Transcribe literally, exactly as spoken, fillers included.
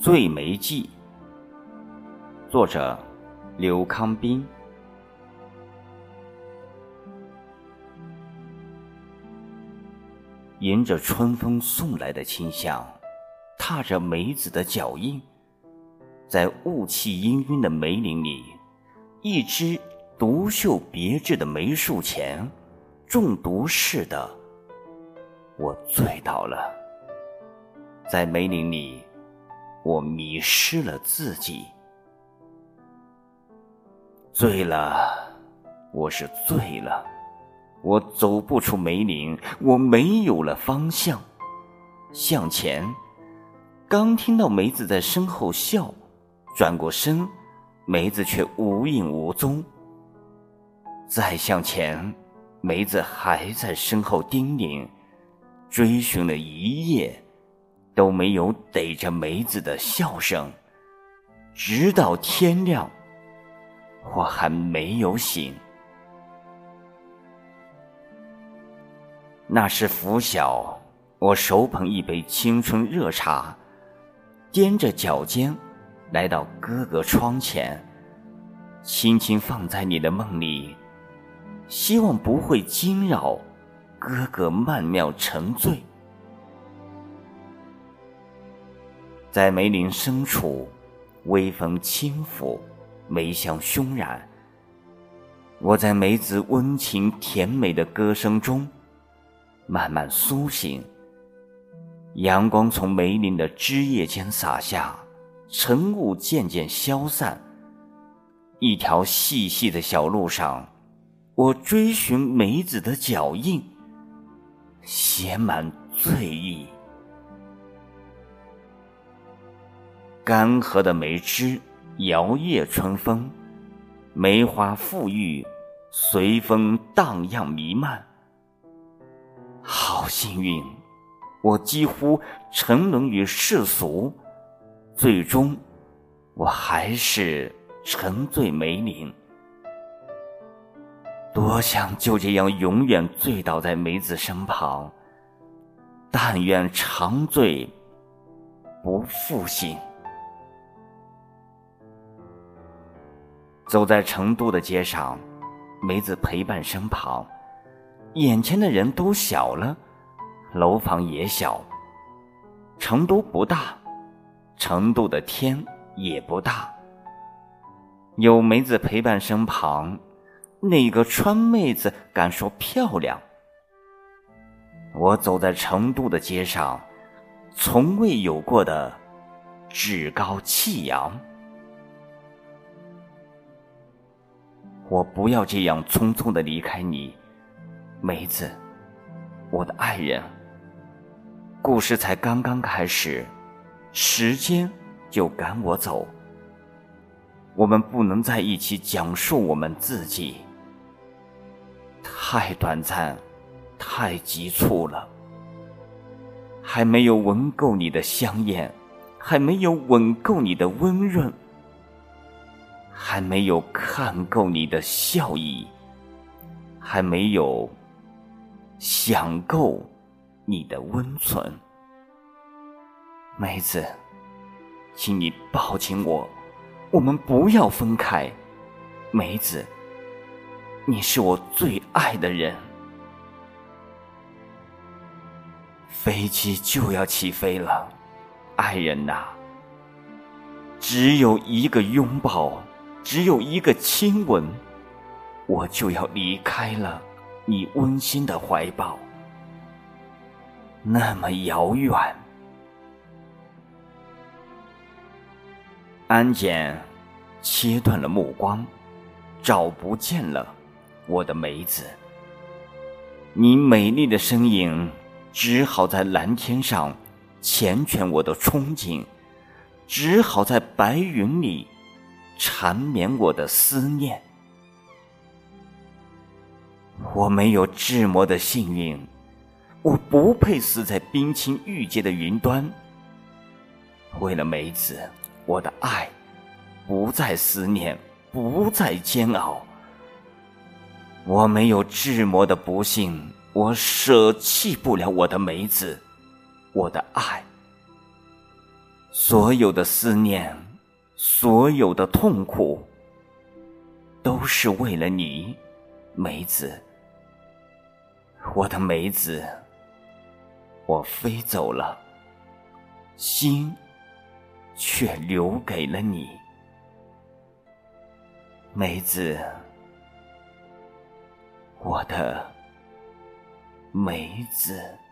醉梅记》，作者刘康斌。迎着春风送来的清香，踏着梅子的脚印，在雾气氤氲的梅林里，一只独秀别致的梅树前，中毒似的，我醉倒了。在梅林里，我迷失了自己。醉了，我是醉了。我走不出梅林，我没有了方向。向前，刚听到梅子在身后笑，转过身，梅子却无影无踪。再向前，梅子还在身后叮咛，追寻了一夜，都没有逮着梅子的笑声。直到天亮，我还没有醒。那时拂晓，我手捧一杯青春热茶，踮着脚尖来到哥哥窗前，轻轻放在你的梦里，希望不会惊扰哥哥曼妙沉醉。在梅林深处，微风轻拂，梅香熏染。我在梅子温情甜美的歌声中慢慢苏醒。阳光从梅林的枝叶间洒下，晨雾渐渐消散。一条细细的小路上，我追寻梅子的脚印，写满醉意。干涸的梅枝摇曳春风，梅花馥郁，随风荡漾弥漫。好幸运，我几乎沉沦于世俗，最终我还是沉醉梅林。多想就这样永远醉倒在梅子身旁，但愿长醉不复醒。走在成都的街上，梅子陪伴身旁，眼前的人都小了，楼房也小。成都不大，成都的天也不大。有梅子陪伴身旁，哪个川妹子敢说漂亮？我走在成都的街上，从未有过的趾高气扬。我不要这样匆匆地离开你，梅子，我的爱人。故事才刚刚开始，时间就赶我走。我们不能在一起讲述我们自己，太短暂，太急促了。还没有闻够你的香艳，还没有吻够你的温润，还没有看够你的笑意，还没有享够你的温存。梅子，请你抱紧我，我们不要分开。梅子，你是我最爱的人。飞机就要起飞了，爱人啊，只有一个拥抱，只有一个亲吻，我就要离开了你温馨的怀抱。那么遥远。安检切断了目光，找不见了我的梅子。你美丽的身影只好在蓝天上缱绻我的憧憬，只好在白云里缠绵我的思念。我没有志摩的幸运，我不配死在冰清玉洁的云端。为了梅子，我的爱不再思念，不再煎熬。我没有志摩的不幸，我舍弃不了我的梅子，我的爱。 所有的思念，所有的痛苦，都是为了你，梅子。我的梅子，我飞走了，心却留给了你。梅子，我的梅子。